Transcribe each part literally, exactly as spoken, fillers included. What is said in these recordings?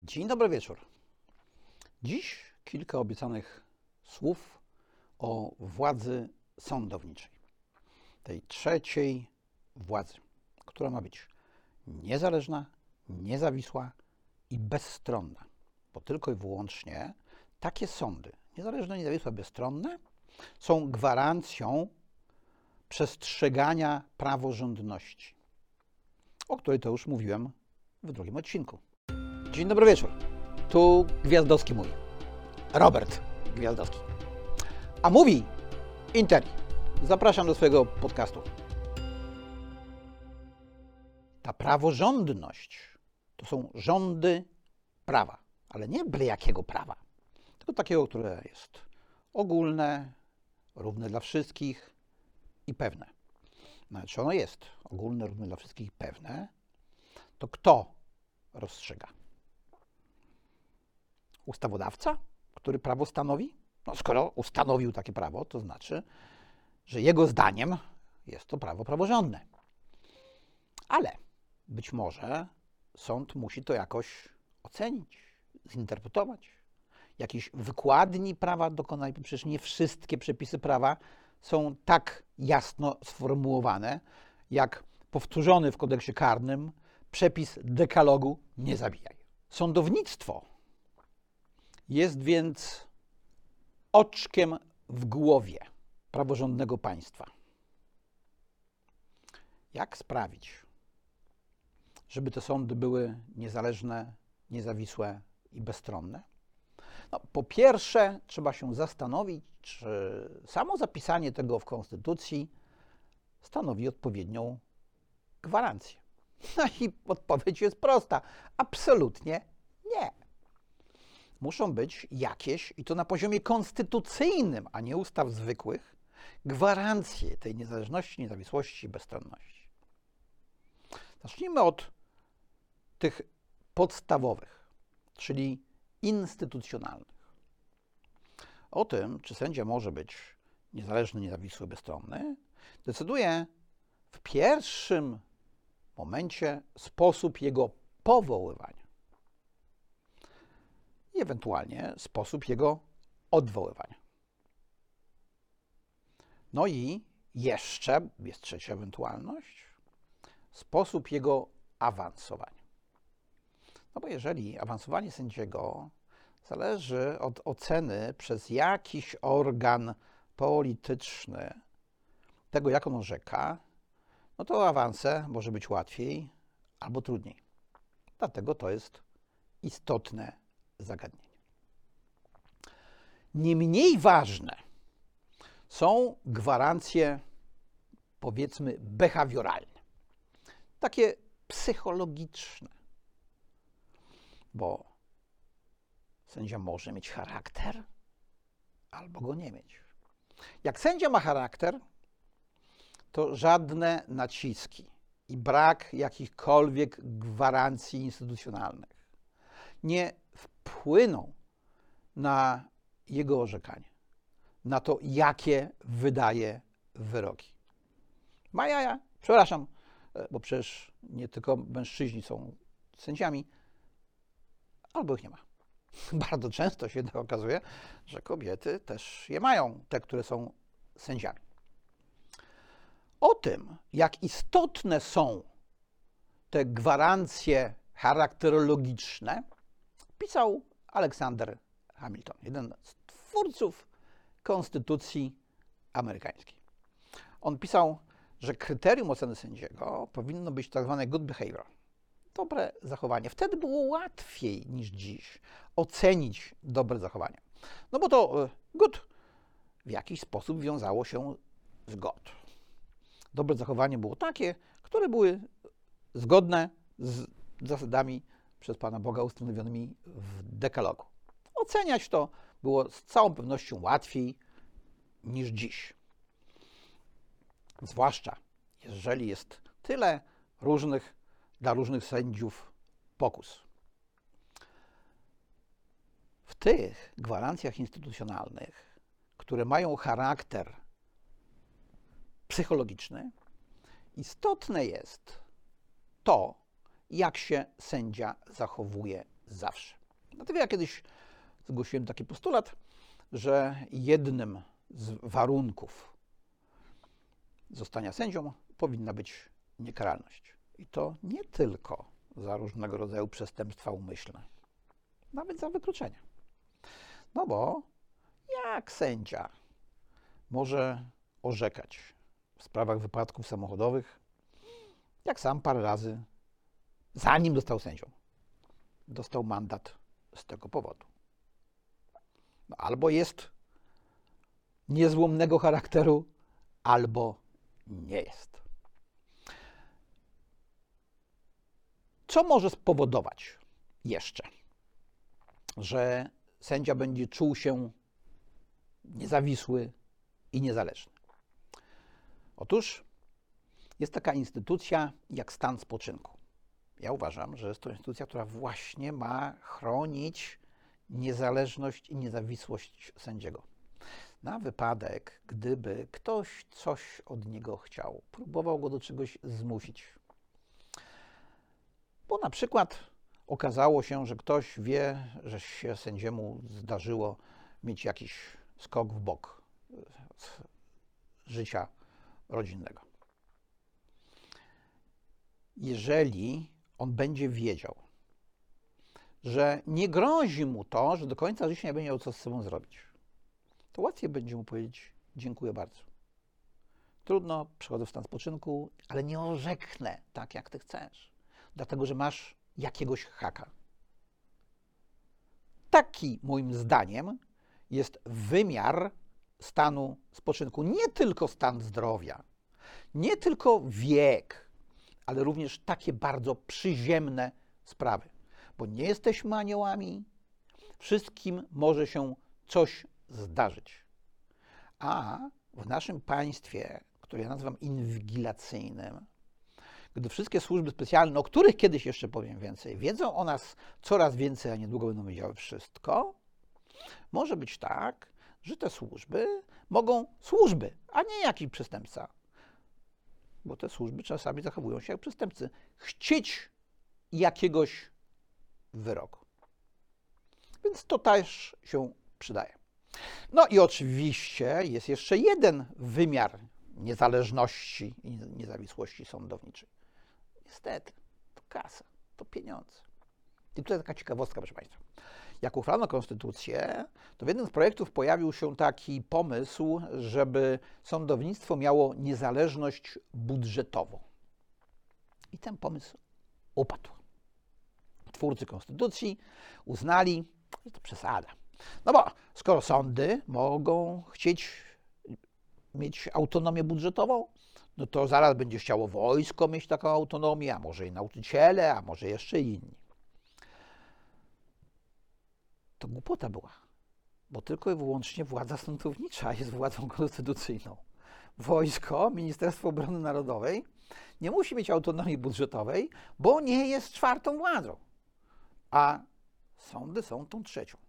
Dzień dobry wieczór. Dziś kilka obiecanych słów o władzy sądowniczej. Tej trzeciej władzy, która ma być niezależna, niezawisła i bezstronna. Bo tylko i wyłącznie takie sądy, niezależne, niezawisłe, bezstronne, są gwarancją przestrzegania praworządności, o której to już mówiłem w drugim odcinku. Dzień dobry wieczór. Tu Gwiazdowski mówi. Robert Gwiazdowski. A mówi Interi. Zapraszam do swojego podcastu. Ta praworządność to są rządy prawa, ale nie byle jakiego prawa, tylko takiego, które jest ogólne, równe dla wszystkich i pewne. No, czy ono jest ogólne, równe dla wszystkich i pewne, to kto rozstrzyga? Ustawodawca, który prawo stanowi? No, skoro ustanowił takie prawo, to znaczy, że jego zdaniem jest to prawo praworządne. Ale być może sąd musi to jakoś ocenić, zinterpretować. Jakiejś wykładni prawa dokonać, bo przecież nie wszystkie przepisy prawa są tak jasno sformułowane, jak powtórzony w kodeksie karnym przepis dekalogu nie zabijaj. Sądownictwo jest więc oczkiem w głowie praworządnego państwa. Jak sprawić, żeby te sądy były niezależne, niezawisłe i bezstronne? No, po pierwsze, trzeba się zastanowić, czy samo zapisanie tego w Konstytucji stanowi odpowiednią gwarancję. No i odpowiedź jest prosta. Absolutnie nie. Muszą być jakieś, i to na poziomie konstytucyjnym, a nie ustaw zwykłych, gwarancje tej niezależności, niezawisłości i bezstronności. Zacznijmy od tych podstawowych, czyli instytucjonalnych. O tym, czy sędzia może być niezależny, niezawisły, bezstronny, decyduje w pierwszym momencie sposób jego powoływania i ewentualnie sposób jego odwoływania. No i jeszcze, jest trzecia ewentualność, sposób jego awansowania. No bo jeżeli awansowanie sędziego zależy od oceny przez jakiś organ polityczny tego, jak on orzeka, no to awanse może być łatwiej albo trudniej. Dlatego to jest istotne zagadnienie. Nie mniej ważne są gwarancje, powiedzmy, behawioralne, takie psychologiczne, bo sędzia może mieć charakter albo go nie mieć. Jak sędzia ma charakter, to żadne naciski i brak jakichkolwiek gwarancji instytucjonalnych nie wpłyną na jego orzekanie, na to, jakie wydaje wyroki. Ma jaja, przepraszam, bo przecież nie tylko mężczyźni są sędziami, albo ich nie ma. Bardzo często się okazuje, że kobiety też je mają, te, które są sędziami. O tym, jak istotne są te gwarancje charakterologiczne, pisał Aleksander Hamilton, jeden z twórców Konstytucji amerykańskiej. On pisał, że kryterium oceny sędziego powinno być tak zwane good behavior, dobre zachowanie. Wtedy było łatwiej niż dziś ocenić dobre zachowanie. No bo to good w jakiś sposób wiązało się z God. Dobre zachowanie było takie, które były zgodne z zasadami przez Pana Boga ustanowionymi w dekalogu. Oceniać to było z całą pewnością łatwiej niż dziś. Zwłaszcza jeżeli jest tyle różnych dla różnych sędziów pokus. W tych gwarancjach instytucjonalnych, które mają charakter psychologiczny, istotne jest to, jak się sędzia zachowuje zawsze. Dlatego ja kiedyś zgłosiłem taki postulat, że jednym z warunków zostania sędzią powinna być niekaralność. I to nie tylko za różnego rodzaju przestępstwa umyślne, nawet za wykroczenia. No bo jak sędzia może orzekać w sprawach wypadków samochodowych, jak sam parę razy, zanim został sędzią, dostał mandat z tego powodu. No, albo jest niezłomnego charakteru, albo nie jest. Co może spowodować jeszcze, że sędzia będzie czuł się niezawisły i niezależny? Otóż jest taka instytucja jak stan spoczynku. Ja uważam, że jest to instytucja, która właśnie ma chronić niezależność i niezawisłość sędziego. Na wypadek, gdyby ktoś coś od niego chciał, próbował go do czegoś zmusić. Bo na przykład okazało się, że ktoś wie, że się sędziemu zdarzyło mieć jakiś skok w bok z życia rodzinnego. Jeżeli on będzie wiedział, że nie grozi mu to, że do końca życia nie będzie miał co z sobą zrobić, to łatwiej będzie mu powiedzieć: dziękuję bardzo. Trudno, przechodzę w stan spoczynku, ale nie orzeknę tak, jak ty chcesz, dlatego że masz jakiegoś haka. Taki, moim zdaniem, jest wymiar stanu spoczynku. Nie tylko stan zdrowia, nie tylko wiek, ale również takie bardzo przyziemne sprawy. Bo nie jesteśmy aniołami, wszystkim może się coś zdarzyć. A w naszym państwie, które ja nazywam inwigilacyjnym, gdy wszystkie służby specjalne, o których kiedyś jeszcze powiem więcej, wiedzą o nas coraz więcej, a niedługo będą wiedziały wszystko, może być tak, że te służby mogą, służby, a nie jakiś przestępca, bo te służby czasami zachowują się jak przestępcy, chcieć jakiegoś wyroku. Więc to też się przydaje. No i oczywiście jest jeszcze jeden wymiar niezależności i niezawisłości sądowniczej. Niestety, to kasa, to pieniądze. I tutaj taka ciekawostka, proszę Państwa. Jak uchwalono konstytucję, to w jednym z projektów pojawił się taki pomysł, żeby sądownictwo miało niezależność budżetową. I ten pomysł upadł. Twórcy konstytucji uznali, że to przesada. No bo skoro sądy mogą chcieć mieć autonomię budżetową, no to zaraz będzie chciało wojsko mieć taką autonomię, a może i nauczyciele, a może jeszcze inni. To głupota była, bo tylko i wyłącznie władza sądownicza jest władzą konstytucyjną. Wojsko, Ministerstwo Obrony Narodowej nie musi mieć autonomii budżetowej, bo nie jest czwartą władzą, a sądy są tą trzecią.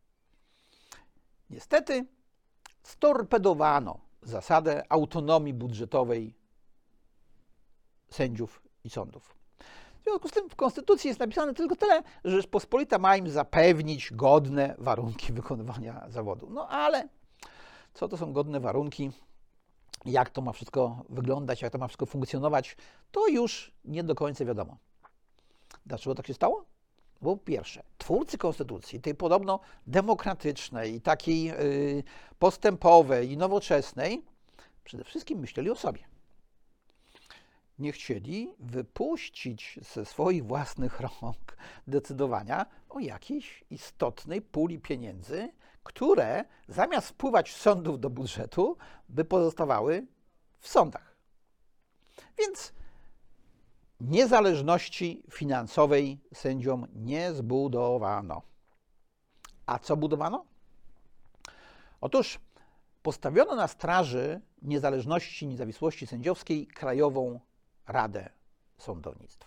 Niestety storpedowano zasadę autonomii budżetowej sędziów i sądów. W związku z tym w Konstytucji jest napisane tylko tyle, że Rzeczpospolita ma im zapewnić godne warunki wykonywania zawodu. No ale co to są godne warunki, jak to ma wszystko wyglądać, jak to ma wszystko funkcjonować, to już nie do końca wiadomo. Dlaczego tak się stało? Bo po pierwsze, twórcy Konstytucji, tej podobno demokratycznej, takiej yy, postępowej i nowoczesnej, przede wszystkim myśleli o sobie. Nie chcieli wypuścić ze swoich własnych rąk decydowania o jakiejś istotnej puli pieniędzy, które zamiast wpływać z sądów do budżetu, by pozostawały w sądach. Więc niezależności finansowej sędziom nie zbudowano. A co budowano? Otóż postawiono na straży niezależności i niezawisłości sędziowskiej Krajową Radę Sądownictwa.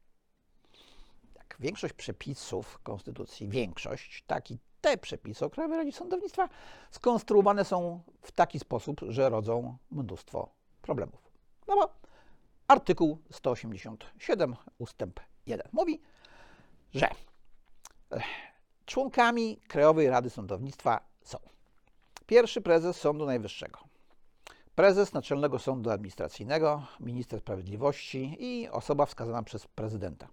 Jak większość przepisów Konstytucji, większość, tak i te przepisy o Krajowej Radzie Sądownictwa skonstruowane są w taki sposób, że rodzą mnóstwo problemów. No bo artykuł sto osiemdziesiąt siedem ustęp jeden mówi, że Członkami Krajowej Rady Sądownictwa są pierwszy prezes Sądu Najwyższego, prezes Naczelnego Sądu Administracyjnego, minister sprawiedliwości i osoba wskazana przez prezydenta.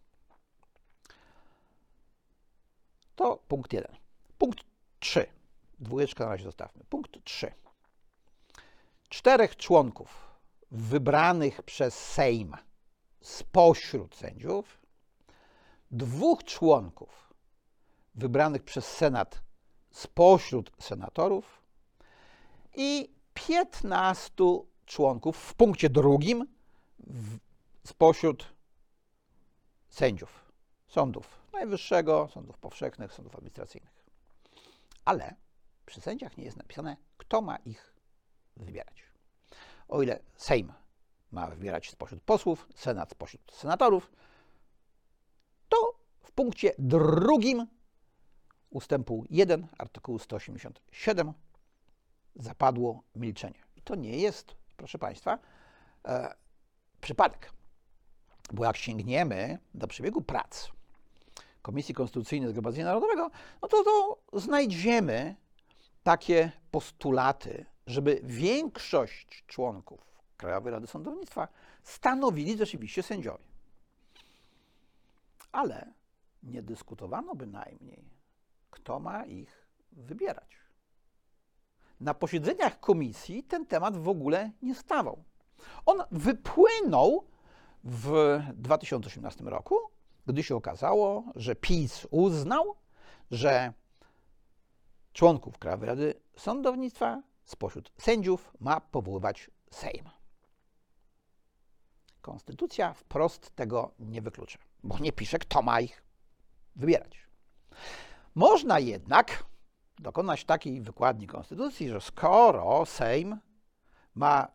To punkt jeden. Punkt trzy. Dwójeczkę na razie zostawmy. Punkt trzy. Czterech członków wybranych przez Sejm spośród sędziów, dwóch członków wybranych przez Senat spośród senatorów i piętnastu członków w punkcie drugim w, spośród sędziów sądów najwyższego, sądów powszechnych, sądów administracyjnych. Ale przy sędziach nie jest napisane, kto ma ich wybierać. O ile Sejm ma wybierać spośród posłów, Senat spośród senatorów, to w punkcie drugim ustępu jeden artykułu sto osiemdziesiąt siedem zapadło milczenie. I to nie jest, proszę Państwa, e, przypadek. Bo jak sięgniemy do przebiegu prac Komisji Konstytucyjnej Zgromadzenia Narodowego, no to, to znajdziemy takie postulaty, żeby większość członków Krajowej Rady Sądownictwa stanowili rzeczywiście sędziowie. Ale nie dyskutowano bynajmniej, kto ma ich wybierać. Na posiedzeniach komisji ten temat w ogóle nie stawał. On wypłynął w dwa tysiące osiemnastym roku, gdy się okazało, że PiS uznał, że członków Krajowej Rady Sądownictwa spośród sędziów ma powoływać Sejm. Konstytucja wprost tego nie wyklucza, bo nie pisze, kto ma ich wybierać. Można jednak dokonać takiej wykładni Konstytucji, że skoro Sejm ma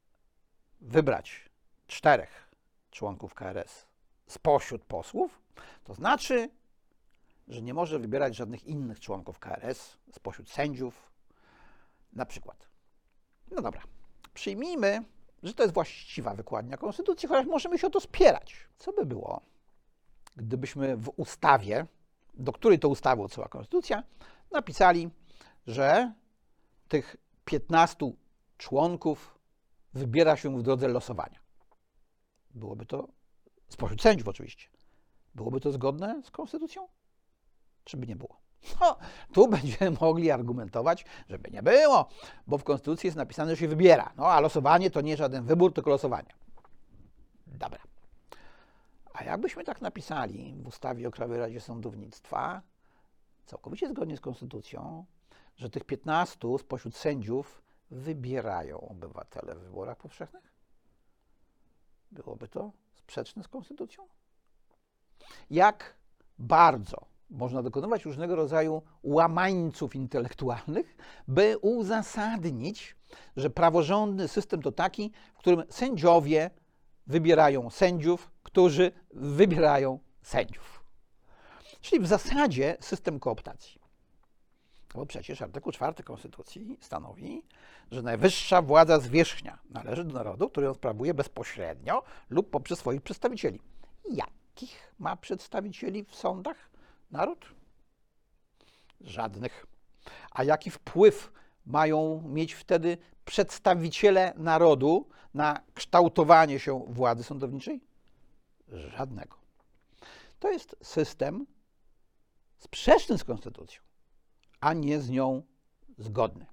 wybrać czterech członków K R S spośród posłów, to znaczy, że nie może wybierać żadnych innych członków K R S spośród sędziów, na przykład. No dobra, przyjmijmy, że to jest właściwa wykładnia Konstytucji, chociaż możemy się o to spierać. Co by było, gdybyśmy w ustawie, do której to ustawy odsyła Konstytucja, napisali, że tych piętnastu członków wybiera się w drodze losowania. Byłoby to, spośród sędziów oczywiście, byłoby to zgodne z Konstytucją? Czy by nie było? No, tu będziemy mogli argumentować, żeby nie było, bo w Konstytucji jest napisane, że się wybiera. No, a losowanie to nie żaden wybór, tylko losowanie. Dobra. A jakbyśmy tak napisali w ustawie o Krajowej Radzie Sądownictwa, całkowicie zgodnie z Konstytucją, że tych piętnastu spośród sędziów wybierają obywatele w wyborach powszechnych? Byłoby to sprzeczne z Konstytucją? Jak bardzo można dokonywać różnego rodzaju łamańców intelektualnych, by uzasadnić, że praworządny system to taki, w którym sędziowie wybierają sędziów, którzy wybierają sędziów. Czyli w zasadzie system kooptacji. Bo przecież artykuł czwarty Konstytucji stanowi, że najwyższa władza zwierzchnia należy do narodu, który ją sprawuje bezpośrednio lub poprzez swoich przedstawicieli. Jakich ma przedstawicieli w sądach naród? Żadnych. A jaki wpływ mają mieć wtedy przedstawiciele narodu na kształtowanie się władzy sądowniczej? Żadnego. To jest system sprzeczny z Konstytucją, a nie z nią zgodny.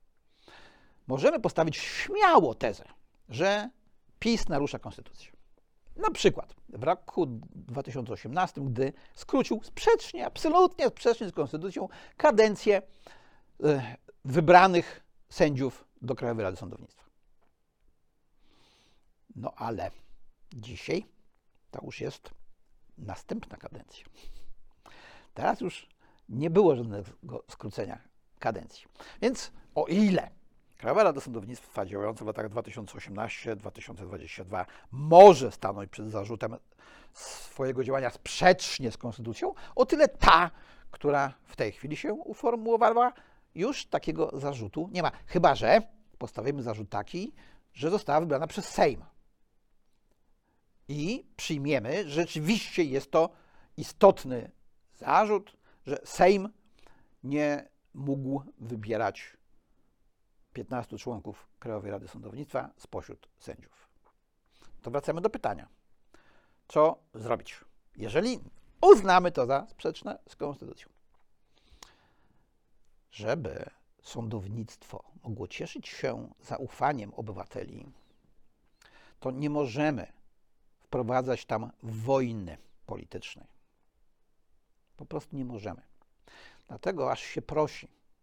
Możemy postawić śmiało tezę, że PiS narusza Konstytucję. Na przykład w roku dwa tysiące osiemnastym, gdy skrócił sprzecznie, absolutnie sprzecznie z Konstytucją, kadencję wybranych sędziów do Krajowej Rady Sądownictwa. No ale dzisiaj to już jest następna kadencja. Teraz już nie było żadnego skrócenia kadencji. Więc o ile Krajowa Rada Sądownictwa działająca w latach dwa tysiące osiemnastym do dwa tysiące dwudziestego drugiego może stanąć przed zarzutem swojego działania sprzecznie z Konstytucją, o tyle ta, która w tej chwili się uformułowała, już takiego zarzutu nie ma. Chyba że postawimy zarzut taki, że została wybrana przez Sejm. I przyjmiemy, że rzeczywiście jest to istotny zarzut, że Sejm nie mógł wybierać piętnastu członków Krajowej Rady Sądownictwa spośród sędziów. To wracamy do pytania. Co zrobić, jeżeli uznamy to za sprzeczne z konstytucją? Żeby sądownictwo mogło cieszyć się zaufaniem obywateli, to nie możemy wprowadzać tam wojny politycznej. Po prostu nie możemy. Dlatego aż się prosi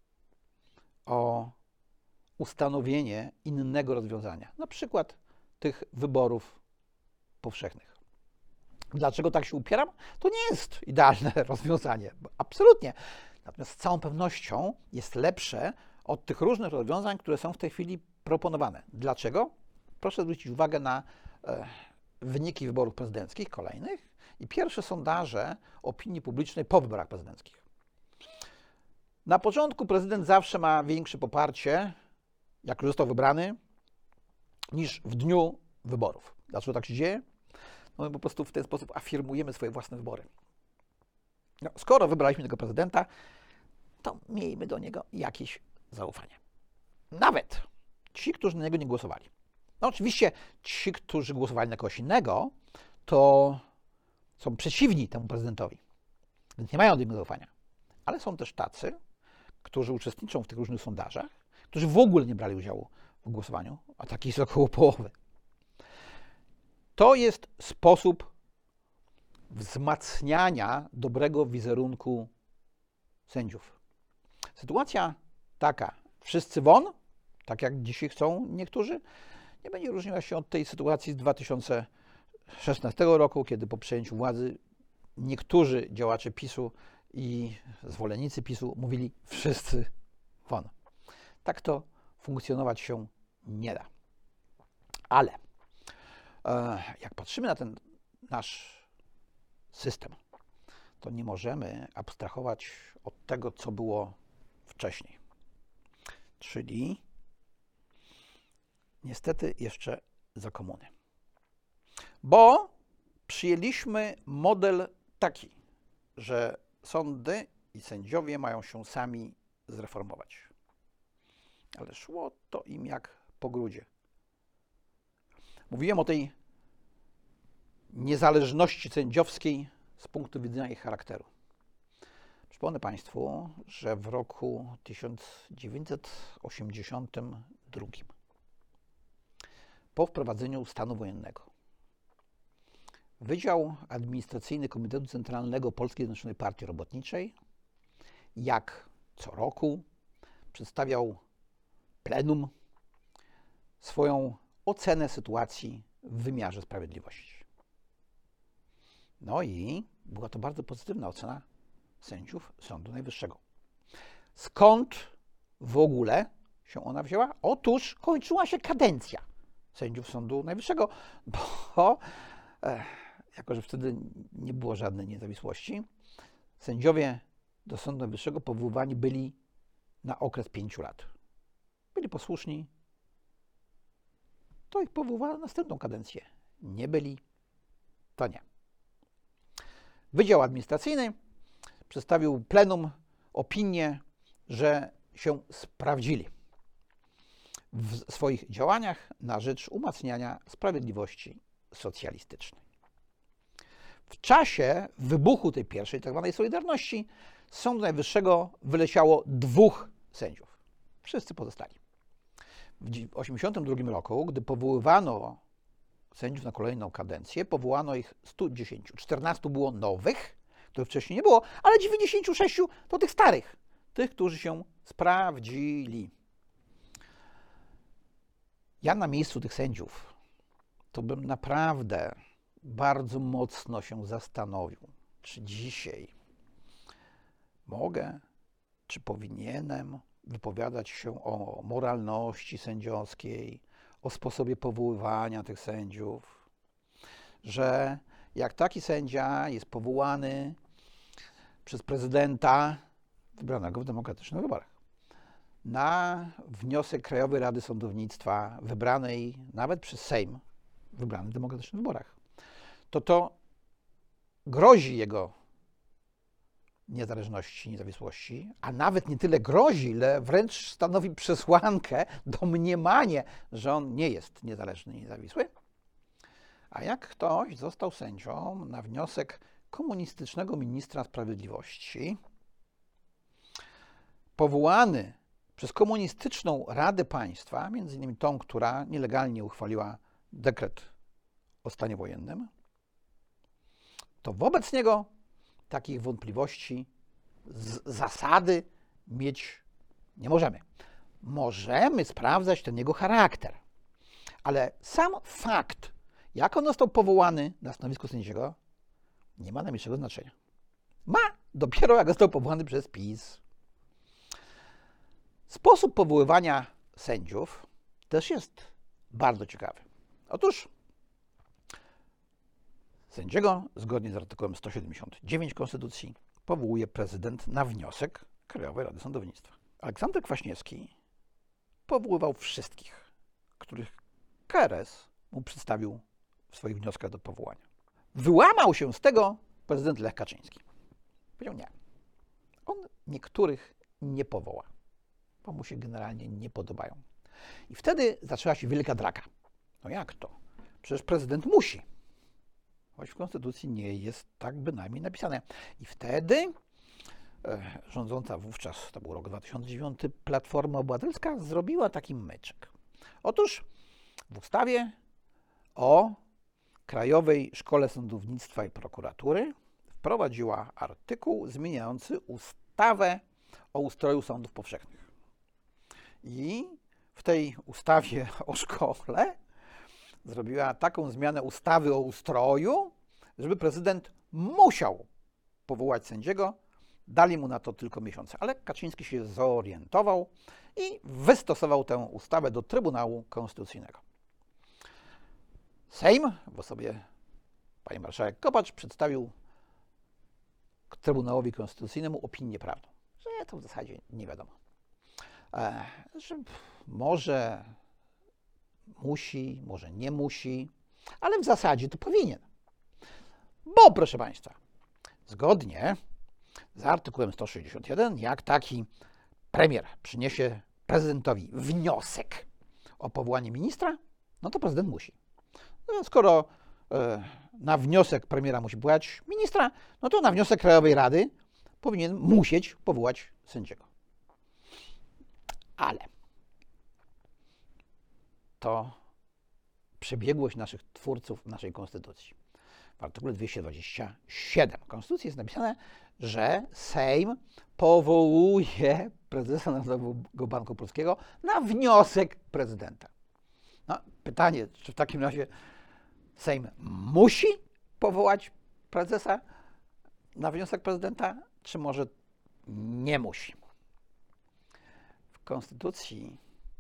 o ustanowienie innego rozwiązania, na przykład tych wyborów powszechnych. Dlaczego tak się upieram? To nie jest idealne rozwiązanie, absolutnie. Natomiast z całą pewnością jest lepsze od tych różnych rozwiązań, które są w tej chwili proponowane. Dlaczego? Proszę zwrócić uwagę na e, wyniki wyborów prezydenckich kolejnych i pierwsze sondaże opinii publicznej po wyborach prezydenckich. Na początku prezydent zawsze ma większe poparcie, jak już został wybrany, niż w dniu wyborów. Dlaczego tak się dzieje? No my po prostu w ten sposób afirmujemy swoje własne wybory. No, skoro wybraliśmy tego prezydenta, to miejmy do niego jakieś zaufanie. Nawet ci, którzy na niego nie głosowali. No oczywiście ci, którzy głosowali na kogoś innego, to są przeciwni temu prezydentowi, więc nie mają do niego zaufania. Ale są też tacy, którzy uczestniczą w tych różnych sondażach, którzy w ogóle nie brali udziału w głosowaniu, a takich jest około połowy. To jest sposób wzmacniania dobrego wizerunku sędziów. Sytuacja taka, wszyscy won, tak jak dzisiaj chcą niektórzy, nie będzie różniła się od tej sytuacji z dwa tysiące szesnastego roku, kiedy po przejęciu władzy niektórzy działacze PiSu i zwolennicy PiSu mówili wszyscy won. Tak to funkcjonować się nie da. Ale e, jak patrzymy na ten nasz system, to nie możemy abstrahować od tego, co było wcześniej. Czyli niestety jeszcze za komuny. Bo przyjęliśmy model taki, że sądy i sędziowie mają się sami zreformować. Ale szło to im jak po grudzie. Mówiłem o tej niezależności sędziowskiej z punktu widzenia ich charakteru. Przypomnę Państwu, że w roku tysiąc dziewięćset osiemdziesiątym drugim po wprowadzeniu stanu wojennego Wydział Administracyjny Komitetu Centralnego Polskiej Zjednoczonej Partii Robotniczej jak co roku przedstawiał plenum swoją ocenę sytuacji w wymiarze sprawiedliwości. No i była to bardzo pozytywna ocena sędziów Sądu Najwyższego. Skąd w ogóle się ona wzięła? Otóż kończyła się kadencja sędziów Sądu Najwyższego, bo e, jako że wtedy nie było żadnej niezawisłości, sędziowie do Sądu Najwyższego powoływani byli na okres pięciu lat. Byli posłuszni, to ich powoływano na następną kadencję. Nie byli, to nie. Wydział Administracyjny przedstawił plenum opinię, że się sprawdzili w swoich działaniach na rzecz umacniania sprawiedliwości socjalistycznej. W czasie wybuchu tej pierwszej tak zwanej Solidarności z Sądu Najwyższego wyleciało dwóch sędziów. Wszyscy pozostali. W tysiąc dziewięćset osiemdziesiątym drugim roku, gdy powoływano sędziów na kolejną kadencję, powołano ich stu dziesięciu. czternastu było nowych, których wcześniej nie było, ale dziewięćdziesięciu sześciu to tych starych, tych, którzy się sprawdzili. Ja na miejscu tych sędziów to bym naprawdę bardzo mocno się zastanowił, czy dzisiaj mogę, czy powinienem wypowiadać się o moralności sędziowskiej, o sposobie powoływania tych sędziów, że jak taki sędzia jest powołany przez prezydenta wybranego w demokratycznych wyborach, na wniosek Krajowej Rady Sądownictwa, wybranej nawet przez Sejm, wybrany w demokratycznych wyborach, to to grozi jego niezależności, niezawisłości, a nawet nie tyle grozi, ile wręcz stanowi przesłankę, domniemanie, że on nie jest niezależny, niezawisły. A jak ktoś został sędzią na wniosek komunistycznego ministra sprawiedliwości, powołany przez komunistyczną Radę Państwa, między innymi tą, która nielegalnie uchwaliła dekret o stanie wojennym, to wobec niego takich wątpliwości z zasady mieć nie możemy. Możemy sprawdzać ten jego charakter, ale sam fakt, jak on został powołany na stanowisko sędziego, nie ma najmniejszego znaczenia. Ma dopiero jak został powołany przez PiS. Sposób powoływania sędziów też jest bardzo ciekawy. Otóż sędziego, zgodnie z artykułem sto siedemdziesiątym dziewiątym Konstytucji, powołuje prezydent na wniosek Krajowej Rady Sądownictwa. Aleksander Kwaśniewski powoływał wszystkich, których K R S mu przedstawił w swoich wnioskach do powołania. Wyłamał się z tego prezydent Lech Kaczyński. Powiedział nie. On niektórych nie powoła, bo mu się generalnie nie podobają. I wtedy zaczęła się wielka draka. No jak to? Przecież prezydent musi. Choć w Konstytucji nie jest tak bynajmniej napisane. I wtedy e, rządząca wówczas, to był rok dwa tysiące dziewiąty, Platforma Obywatelska zrobiła taki myczek. Otóż w ustawie o Krajowej Szkole Sądownictwa i Prokuratury wprowadziła artykuł zmieniający ustawę o ustroju sądów powszechnych. I w tej ustawie o szkole zrobiła taką zmianę ustawy o ustroju, żeby prezydent musiał powołać sędziego. Dali mu na to tylko miesiące, ale Kaczyński się zorientował i wystosował tę ustawę do Trybunału Konstytucyjnego. Sejm w osobie pani marszałek Kopacz przedstawił Trybunałowi Konstytucyjnemu opinię prawną, że to w zasadzie nie wiadomo. E, że może musi, może nie musi, ale w zasadzie to powinien. Bo, proszę Państwa, zgodnie z artykułem sto sześćdziesiątym pierwszym, jak taki premier przyniesie prezydentowi wniosek o powołanie ministra, no to prezydent musi. No, skoro e, na wniosek premiera musi powołać ministra, no to na wniosek Krajowej Rady powinien musieć powołać sędziego. Ale to przebiegłość naszych twórców naszej Konstytucji. W artykule dwieście dwadzieścia siedem Konstytucji jest napisane, że Sejm powołuje prezesa Narodowego Banku Polskiego na wniosek prezydenta. No, pytanie, czy w takim razie Sejm musi powołać prezesa na wniosek prezydenta, czy może nie musi? W Konstytucji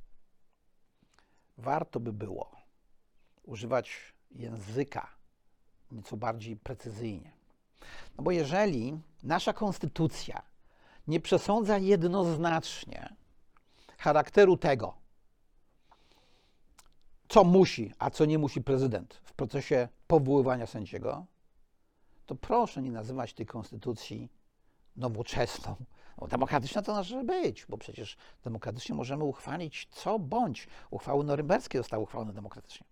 warto by było używać języka nieco bardziej precyzyjnie. No bo jeżeli nasza konstytucja nie przesądza jednoznacznie charakteru tego, co musi, a co nie musi prezydent w procesie powoływania sędziego, to proszę nie nazywać tej konstytucji nowoczesną. No, demokratyczna to może być, bo przecież demokratycznie możemy uchwalić co bądź. Uchwały norymberskie zostały uchwalone demokratycznie.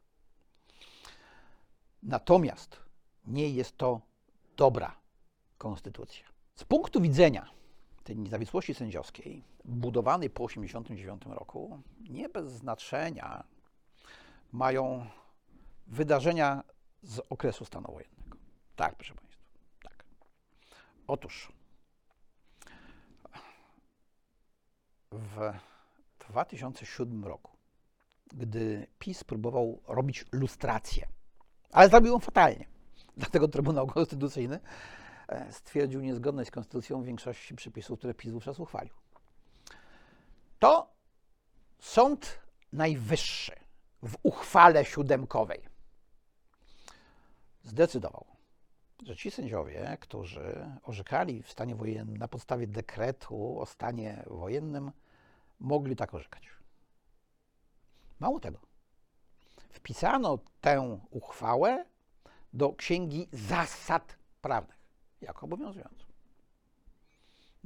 Natomiast nie jest to dobra konstytucja. Z punktu widzenia tej niezawisłości sędziowskiej, budowanej po tysiąc dziewięćset osiemdziesiątym dziewiątym roku, nie bez znaczenia mają wydarzenia z okresu stanu wojennego. Tak, proszę Państwa. Tak. Otóż w dwa tysiące siódmym roku, gdy PiS próbował robić lustrację, ale zrobił ją fatalnie, dlatego Trybunał Konstytucyjny stwierdził niezgodność z konstytucją większości przepisów, które PiS wówczas uchwalił. To Sąd Najwyższy w uchwale siódemkowej zdecydował, że ci sędziowie, którzy orzekali w stanie wojennym na podstawie dekretu o stanie wojennym, mogli tak orzekać. Mało tego. Wpisano tę uchwałę do Księgi Zasad Prawnych jako obowiązującą.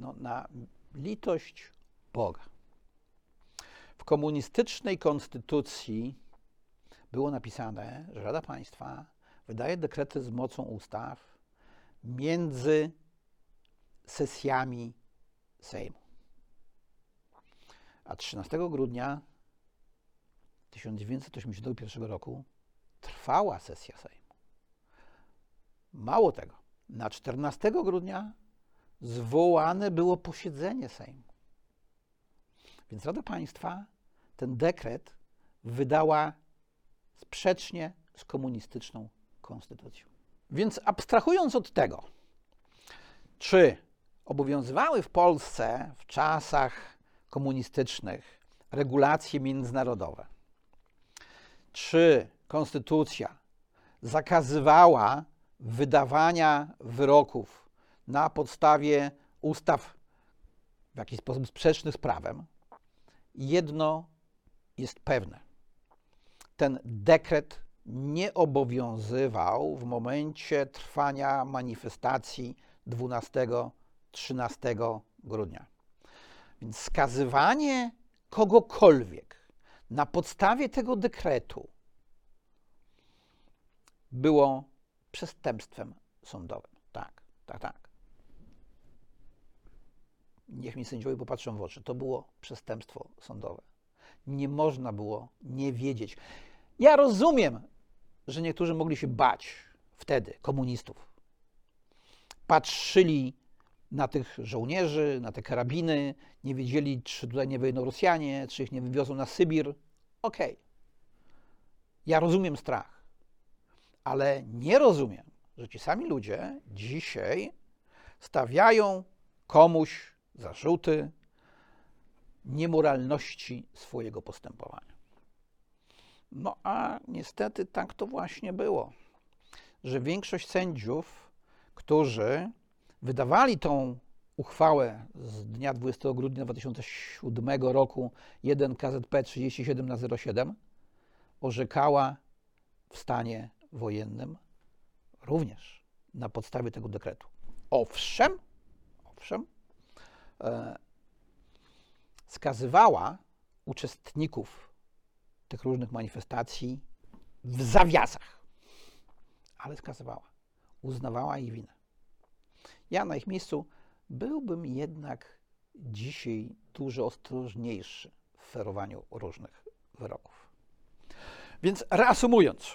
No, na litość Boga. W komunistycznej konstytucji było napisane, że Rada Państwa wydaje dekrety z mocą ustaw między sesjami Sejmu. A trzynastego grudnia tysiąc dziewięćset osiemdziesiątego pierwszego roku trwała sesja Sejmu. Mało tego, na czternastego grudnia zwołane było posiedzenie Sejmu. Więc Rada Państwa ten dekret wydała sprzecznie z komunistyczną konstytucją. Więc abstrahując od tego, czy obowiązywały w Polsce w czasach komunistycznych regulacje międzynarodowe, czy konstytucja zakazywała wydawania wyroków na podstawie ustaw w jakiś sposób sprzecznych z prawem, jedno jest pewne. Ten dekret nie obowiązywał w momencie trwania manifestacji dwunastego trzynastego grudnia. Więc skazywanie kogokolwiek na podstawie tego dekretu było przestępstwem sądowym. Tak, tak, tak. Niech mi sędziowie popatrzą w oczy. To było przestępstwo sądowe. Nie można było nie wiedzieć. Ja rozumiem, że niektórzy mogli się bać wtedy komunistów. Patrzyli na tych żołnierzy, na te karabiny, nie wiedzieli, czy tutaj nie wyjdą Rosjanie, czy ich nie wywiozą na Sybir. Okej. Okay. Ja rozumiem strach, ale nie rozumiem, że ci sami ludzie dzisiaj stawiają komuś zarzuty niemoralności swojego postępowania. No a niestety tak to właśnie było, że większość sędziów, którzy wydawali tą uchwałę z dnia dwudziestego grudnia dwa tysiące siódmego roku jeden K Z P trzydzieści siedem na zero siedem, orzekała w stanie wojennym również na podstawie tego dekretu. Owszem, owszem, e, skazywała uczestników tych różnych manifestacji w zawiasach, ale skazywała, uznawała ich winę. Ja na ich miejscu byłbym jednak dzisiaj dużo ostrożniejszy w ferowaniu różnych wyroków. Więc reasumując,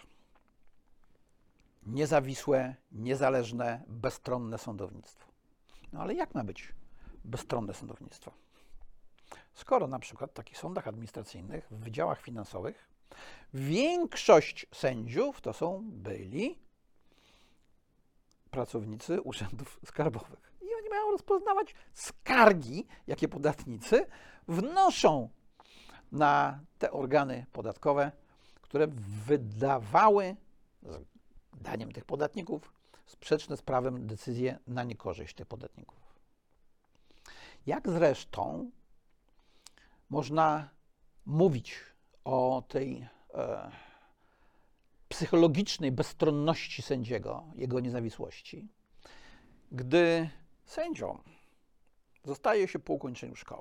niezawisłe, niezależne, bezstronne sądownictwo. No ale jak ma być bezstronne sądownictwo? Skoro na przykład w takich sądach administracyjnych, w wydziałach finansowych, większość sędziów to są byli pracownicy urzędów skarbowych. I oni mają rozpoznawać skargi, jakie podatnicy wnoszą na te organy podatkowe, które wydawały, zdaniem tych podatników, sprzeczne z prawem decyzje na niekorzyść tych podatników. Jak zresztą można mówić o tej e, psychologicznej bezstronności sędziego, jego niezawisłości, gdy sędzią zostaje się po ukończeniu szkoły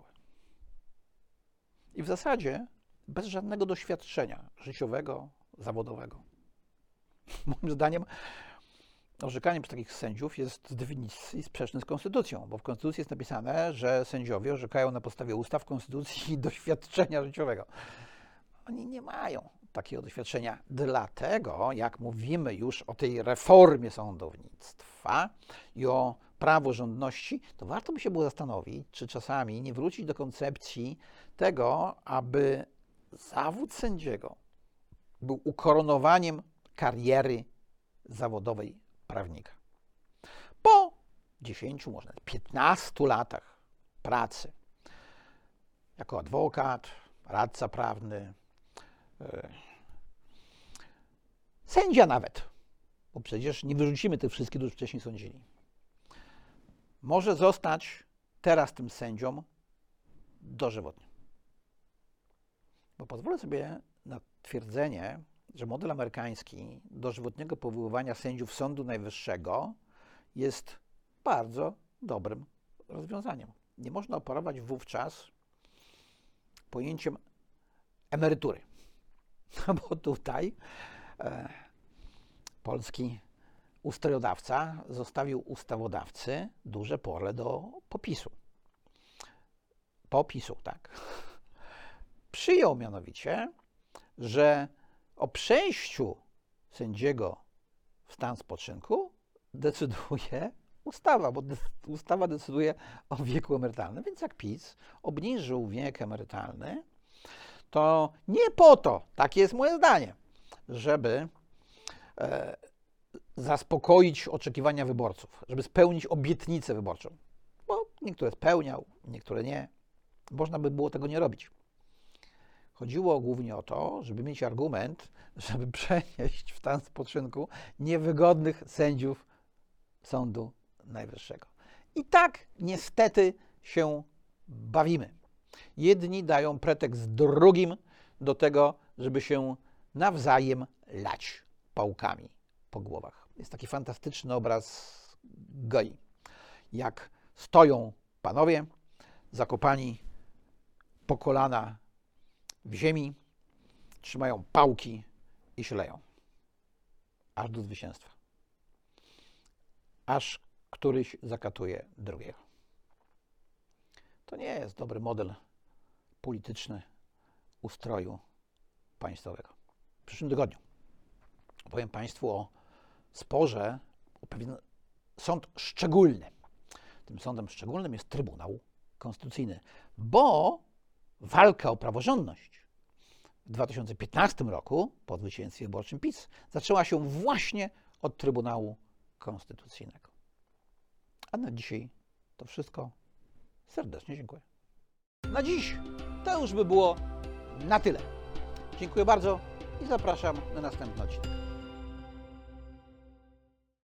i w zasadzie bez żadnego doświadczenia życiowego, zawodowego. Moim zdaniem orzekanie przez takich sędziów jest z definicji sprzeczne z konstytucją, bo w konstytucji jest napisane, że sędziowie orzekają na podstawie ustaw, konstytucji i doświadczenia życiowego. Oni nie mają takiego doświadczenia. Dlatego, jak mówimy już o tej reformie sądownictwa i o praworządności, to warto by się było zastanowić, czy czasami nie wrócić do koncepcji tego, aby zawód sędziego był ukoronowaniem kariery zawodowej prawnika. Po dziesięciu, może nawet piętnastu latach pracy jako adwokat, radca prawny, yy, sędzia nawet, bo przecież nie wyrzucimy tych wszystkich, którzy wcześniej sądzili, może zostać teraz tym sędzią dożywotnie. Bo pozwolę sobie na twierdzenie, że model amerykański dożywotniego powoływania sędziów Sądu Najwyższego jest bardzo dobrym rozwiązaniem. Nie można operować wówczas pojęciem emerytury, no bo tutaj e, polski ustrojodawca zostawił ustawodawcy duże pole do popisu. Popisu, tak. Przyjął mianowicie, że o przejściu sędziego w stan spoczynku decyduje ustawa, bo de- ustawa decyduje o wieku emerytalnym. Więc jak PiS obniżył wiek emerytalny, to nie po to, takie jest moje zdanie, żeby e, zaspokoić oczekiwania wyborców, żeby spełnić obietnicę wyborczą. Bo niektóre spełniał, niektóre nie. Można by było tego nie robić. Chodziło głównie o to, żeby mieć argument, żeby przenieść w stan spoczynku niewygodnych sędziów Sądu Najwyższego. I tak niestety się bawimy. Jedni dają pretekst drugim do tego, żeby się nawzajem lać pałkami po głowach. Jest taki fantastyczny obraz Goi. Jak stoją panowie zakopani po kolana w ziemi, trzymają pałki i się leją. Aż do zwycięstwa. Aż któryś zakatuje drugiego. To nie jest dobry model polityczny ustroju państwowego. W przyszłym tygodniu opowiem Państwu o sporze o pewien sąd szczególny. Tym sądem szczególnym jest Trybunał Konstytucyjny, bo walka o praworządność w dwa tysiące piętnastym roku, po zwycięstwie wyborczym PiS, zaczęła się właśnie od Trybunału Konstytucyjnego. A na dzisiaj to wszystko. Serdecznie dziękuję. Na dziś to już by było na tyle. Dziękuję bardzo i zapraszam na następny odcinek.